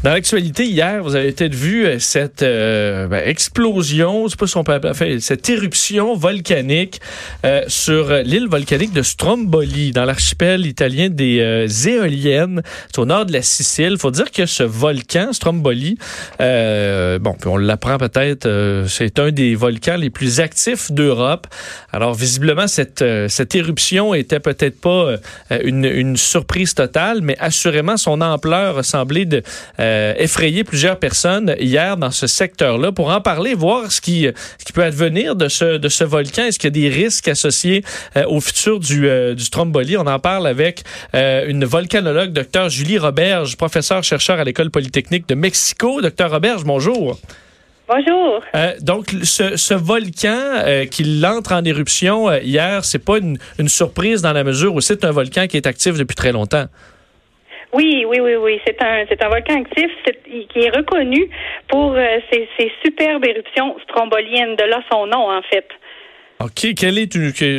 Dans l'actualité, hier, vous avez peut-être vu cette explosion, je ne sais pas si on peut appeler, cette éruption volcanique sur l'île volcanique de Stromboli, dans l'archipel italien des Éoliennes, c'est au nord de la Sicile. Il faut dire que ce volcan, Stromboli, on l'apprend peut-être, c'est un des volcans les plus actifs d'Europe. Alors, visiblement, cette éruption était peut-être pas une surprise totale, mais assurément, son ampleur a semblé effrayer plusieurs personnes hier dans ce secteur-là. Pour en parler, voir ce qui peut advenir de ce volcan. Est-ce qu'il y a des risques associés au futur du Stromboli? On en parle avec une volcanologue, Dr Julie Roberge, professeure-chercheur à l'École polytechnique de Mexico. Dr Roberge, bonjour. Bonjour. Donc, ce volcan qui entre en éruption hier, c'est pas une surprise dans la mesure où c'est un volcan qui est actif depuis très longtemps. Oui. C'est un volcan actif qui est reconnu pour ses superbes éruptions stromboliennes. De là son nom, en fait. OK. Quelle est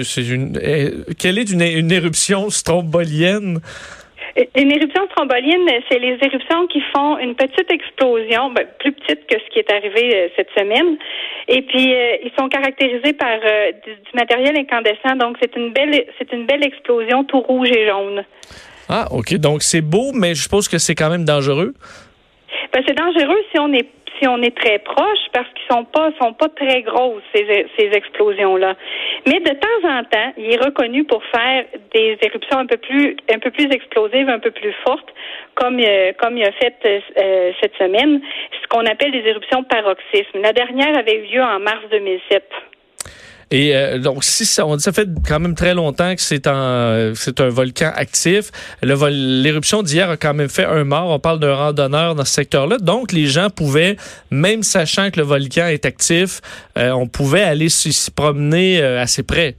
une éruption strombolienne? Une éruption strombolienne, c'est les éruptions qui font une petite explosion, plus petite que ce qui est arrivé cette semaine. Et puis, ils sont caractérisés par du matériel incandescent. Donc, c'est une belle explosion tout rouge et jaune. Ah, OK. Donc, c'est beau, mais je suppose que c'est quand même dangereux. C'est dangereux si on est très proche parce qu'ils sont pas très grosses ces explosions-là. Mais de temps en temps, il est reconnu pour faire des éruptions un peu plus explosives, un peu plus fortes, comme il a fait cette semaine, ce qu'on appelle des éruptions paroxysmes. La dernière avait eu lieu en mars 2007. Et donc, ça fait quand même très longtemps que c'est un volcan actif. L'éruption d'hier a quand même fait un mort. On parle d'un randonneur dans ce secteur-là. Donc, les gens pouvaient, même sachant que le volcan est actif, on pouvait aller s'y promener assez près.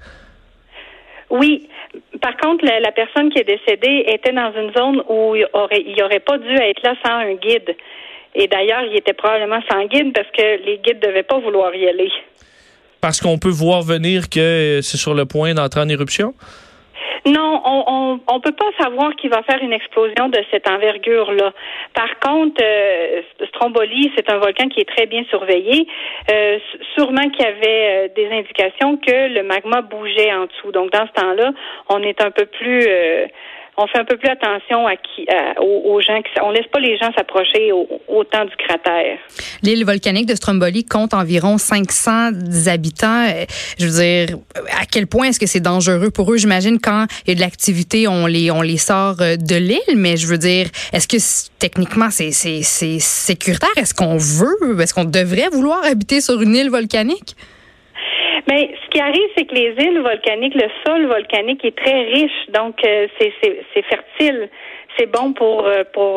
Oui. Par contre, la personne qui est décédée était dans une zone où il aurait pas dû être là sans un guide. Et d'ailleurs, il était probablement sans guide parce que les guides devaient pas vouloir y aller. Parce qu'on peut voir venir que c'est sur le point d'entrer en éruption? Non, on peut pas savoir qu'il va faire une explosion de cette envergure-là. Par contre, Stromboli, c'est un volcan qui est très bien surveillé. Sûrement qu'il y avait des indications que le magma bougeait en dessous. Donc, dans ce temps-là, on est un peu plus... on fait un peu plus attention aux gens. On laisse pas les gens s'approcher autant du cratère. L'île volcanique de Stromboli compte environ 500 habitants. Je veux dire, à quel point est-ce que c'est dangereux pour eux? J'imagine quand il y a de l'activité, on les sort de l'île, mais je veux dire, est-ce que techniquement c'est sécuritaire? Est-ce qu'on devrait vouloir habiter sur une île volcanique? Mais ce qui arrive, c'est que les îles volcaniques, le sol volcanique est très riche, donc c'est fertile. C'est bon pour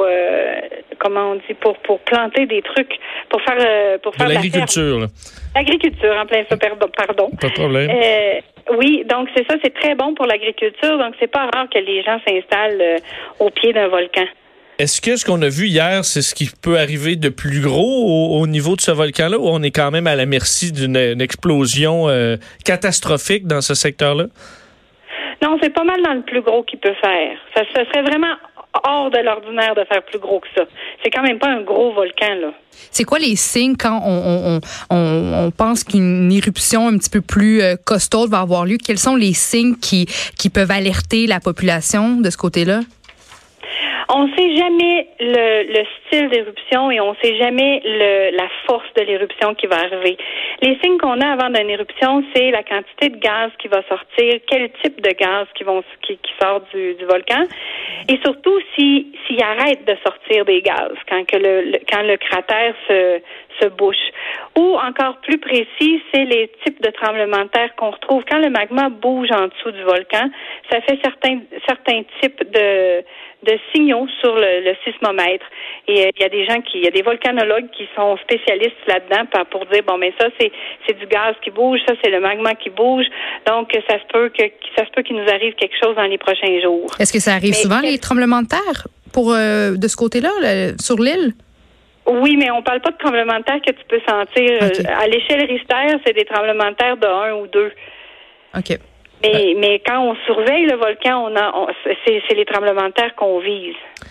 planter des trucs, pour faire de l'agriculture. L'agriculture, en plein ça, pardon. Pas de problème. Oui, donc c'est ça, c'est très bon pour l'agriculture, donc c'est pas rare que les gens s'installent au pied d'un volcan. Est-ce que ce qu'on a vu hier, c'est ce qui peut arriver de plus gros au niveau de ce volcan-là, ou on est quand même à la merci d'une explosion catastrophique dans ce secteur-là? Non, c'est pas mal dans le plus gros qu'il peut faire. Ça serait vraiment hors de l'ordinaire de faire plus gros que ça. C'est quand même pas un gros volcan, là. C'est quoi les signes quand on pense qu'une éruption un petit peu plus costaude va avoir lieu? Quels sont les signes qui peuvent alerter la population de ce côté-là? On ne sait jamais le style d'éruption et on ne sait jamais la force de l'éruption qui va arriver. Les signes qu'on a avant d'une éruption, c'est la quantité de gaz qui va sortir, quel type de gaz qui sort du volcan, et surtout s'il arrête de sortir des gaz quand le cratère se bouche. Ou encore plus précis, c'est les types de tremblements de terre qu'on retrouve quand le magma bouge en dessous du volcan. Ça fait certains types de signaux sur le sismomètre. Et il y a des volcanologues qui sont spécialistes là-dedans pour dire ça c'est du gaz qui bouge, ça c'est le magma qui bouge. Donc ça se peut qu'il nous arrive quelque chose dans les prochains jours. Est-ce que ça arrive souvent les tremblements de terre de ce côté-là sur l'île? Oui, mais on parle pas de tremblements de terre que tu peux sentir. Okay. À l'échelle Richter, c'est des tremblements de terre de 1 ou 2. OK. Mais quand on surveille le volcan, c'est les tremblements de terre qu'on vise.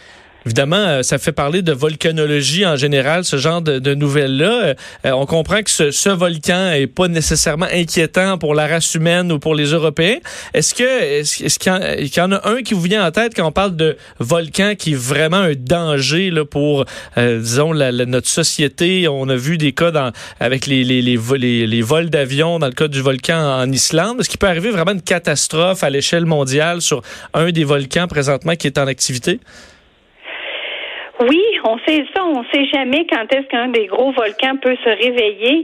Évidemment, ça fait parler de volcanologie en général, ce genre de nouvelles-là. On comprend que ce volcan est pas nécessairement inquiétant pour la race humaine ou pour les Européens. Est-ce qu'il y en a un qui vous vient en tête quand on parle de volcan qui est vraiment un danger là, pour, disons, notre société? On a vu des cas avec les vols d'avion dans le cas du volcan en Islande. Est-ce qu'il peut arriver vraiment une catastrophe à l'échelle mondiale sur un des volcans présentement qui est en activité? Oui, on sait ça. On sait jamais quand est-ce qu'un des gros volcans peut se réveiller.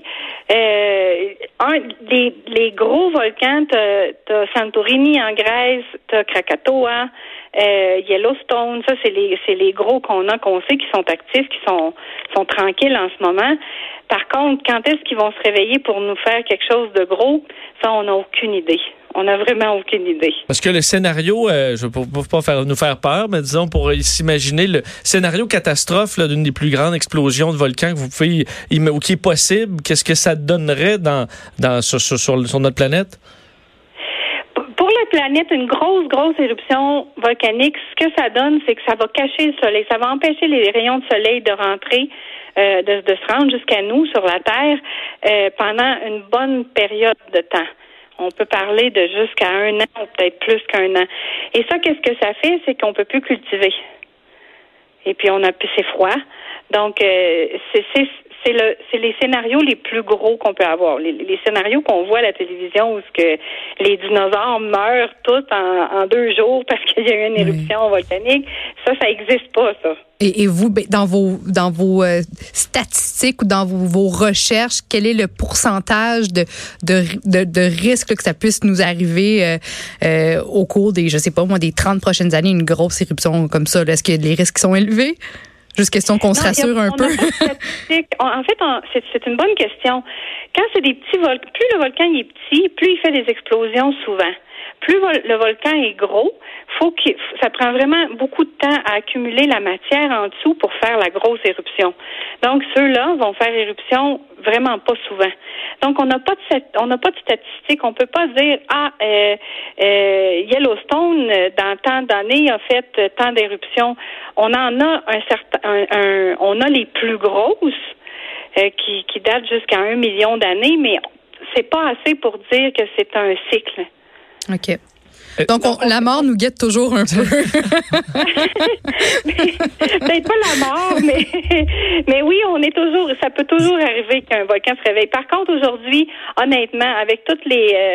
Les gros volcans, t'as Santorini en Grèce, t'as Krakatoa, Yellowstone. Ça, c'est les gros qu'on sait qui sont actifs, qui sont tranquilles en ce moment. Par contre, quand est-ce qu'ils vont se réveiller pour nous faire quelque chose de gros? Ça, on n'a aucune idée. On n'a vraiment aucune idée. Parce que le scénario, je ne veux pas nous faire peur, mais disons, pour s'imaginer le scénario catastrophe là, d'une des plus grandes explosions de volcans que vous pouvez ou qui est possible, qu'est-ce que ça donnerait sur notre planète? Pour la planète, une grosse éruption volcanique, ce que ça donne, c'est que ça va cacher le soleil. Ça va empêcher les rayons de soleil de rentrer, de se rendre jusqu'à nous sur la Terre pendant une bonne période de temps. On peut parler de jusqu'à 1 an ou peut-être plus qu'1 an. Et ça, qu'est-ce que ça fait? C'est qu'on peut plus cultiver. Et puis, c'est froid. Donc, c'est les scénarios les plus gros qu'on peut avoir. Les scénarios qu'on voit à la télévision où les dinosaures meurent tous en 2 jours parce qu'il y a eu une éruption volcanique, ça n'existe pas, ça. Et vous, dans vos statistiques ou dans vos recherches, quel est le pourcentage de risques là, que ça puisse nous arriver au cours des 30 prochaines années, une grosse éruption comme ça? Là, est-ce que les risques sont élevés? Juste question qu'on se rassure un peu. En fait, c'est une bonne question. Quand c'est des petits volcans, plus le volcan est petit, plus il fait des explosions souvent. Plus le volcan est gros, ça prend vraiment beaucoup de temps à accumuler la matière en dessous pour faire la grosse éruption. Donc, ceux-là vont faire éruption vraiment pas souvent. Donc, on n'a pas de statistiques. On peut pas dire, Yellowstone, dans tant d'années, a fait tant d'éruptions. On en a on a les plus grosses, qui datent jusqu'à 1 million d'années, mais c'est pas assez pour dire que c'est un cycle. OK. Donc, la mort nous guette toujours un peu. Peut-être pas la mort, mais oui, ça peut toujours arriver qu'un volcan se réveille. Par contre, aujourd'hui, honnêtement, avec toutes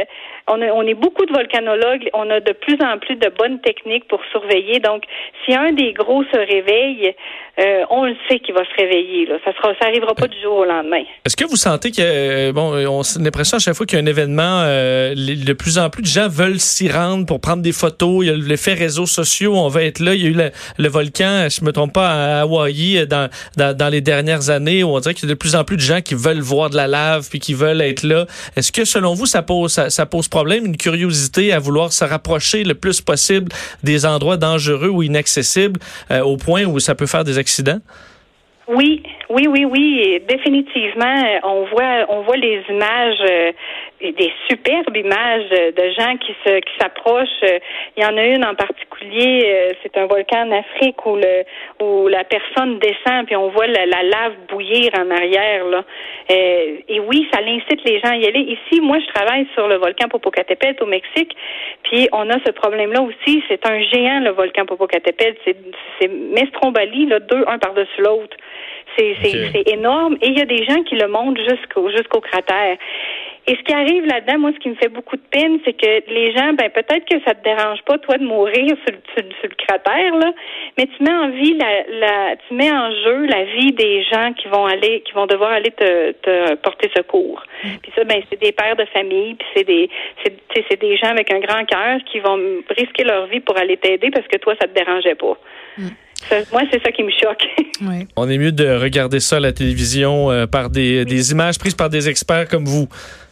on est beaucoup de volcanologues, on a de plus en plus de bonnes techniques pour surveiller. Donc, si un des gros se réveille, on le sait qu'il va se réveiller. Là. Ça arrivera pas du jour au lendemain. Est-ce que vous sentez que, on a l'impression à chaque fois qu'il y a un événement, de plus en plus de gens veulent s'y rendre pour prendre des photos. Il y a l'effet réseaux sociaux, on va être là. Il y a eu le volcan, je me trompe pas, à Hawaï dans les dernières années, où on dirait qu'il y a de plus en plus de gens qui veulent voir de la lave puis qui veulent être là. Est-ce que, selon vous, ça pose problème, une curiosité à vouloir se rapprocher le plus possible des endroits dangereux ou inaccessibles au point où ça peut faire des accidents? Oui, définitivement. On voit les images, des superbes images de gens qui s'approchent. Il y en a une en particulier, c'est un volcan en Afrique où la personne descend puis on voit la lave bouillir en arrière là. Et oui, ça incite les gens à y aller. Ici, moi, je travaille sur le volcan Popocatépetl au Mexique, puis on a ce problème-là aussi. C'est un géant, le volcan Popocatépetl. C'est Mestrombali, là, 2, un par-dessus l'autre. C'est énorme. Et il y a des gens qui le montent jusqu'au cratère. Et ce qui arrive là-dedans, moi, ce qui me fait beaucoup de peine, c'est que les gens, peut-être que ça te dérange pas, toi, de mourir sur le cratère, là, mais tu mets tu mets en jeu la vie des gens qui vont devoir aller te porter secours. Puis ça, c'est des pères de famille, puis c'est des gens avec un grand cœur qui vont risquer leur vie pour aller t'aider parce que toi, ça te dérangeait pas. Moi, c'est ça qui me choque. Oui. On est mieux de regarder ça à la télévision par des images prises par des experts comme vous.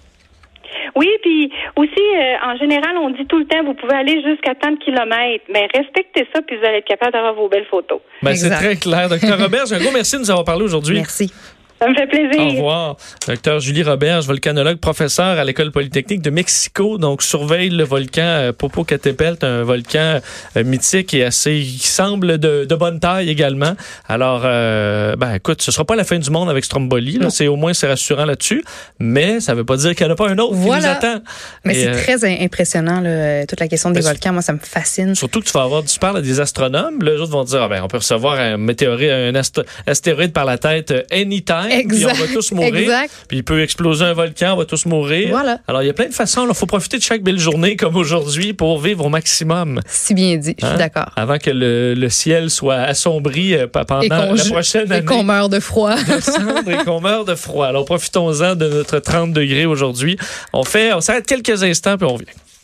Oui, puis aussi, en général, on dit tout le temps, vous pouvez aller jusqu'à tant de kilomètres. Mais respectez ça, puis vous allez être capable d'avoir vos belles photos. C'est très clair. Dr. Roberge, un gros merci de nous avoir parlé aujourd'hui. Merci. Ça me fait plaisir. Au revoir. Docteur Julie Roberge, volcanologue, professeur à l'École polytechnique de Mexico. Donc, surveille le volcan Popocatépetl, un volcan mythique et qui semble de bonne taille également. Alors, écoute, ce sera pas la fin du monde avec Stromboli. Là. C'est rassurant là-dessus. Mais ça veut pas dire qu'il n'y en a pas un autre qui nous attend. Mais c'est très impressionnant, là, toute la question des volcans. Moi, ça me fascine. Surtout que tu parles à des astronomes. Les autres vont dire, on peut recevoir un astéroïde par la tête anytime. Exact. Puis on va tous mourir. Exact. Puis il peut exploser un volcan, on va tous mourir. Voilà. Alors, il y a plein de façons. Il faut profiter de chaque belle journée comme aujourd'hui pour vivre au maximum. Si bien dit, je suis d'accord. Avant que le ciel soit assombri pendant la prochaine année. Et qu'on meure de froid. Et qu'on meure de froid. Alors, profitons-en de notre 30 degrés aujourd'hui. On s'arrête quelques instants puis on revient.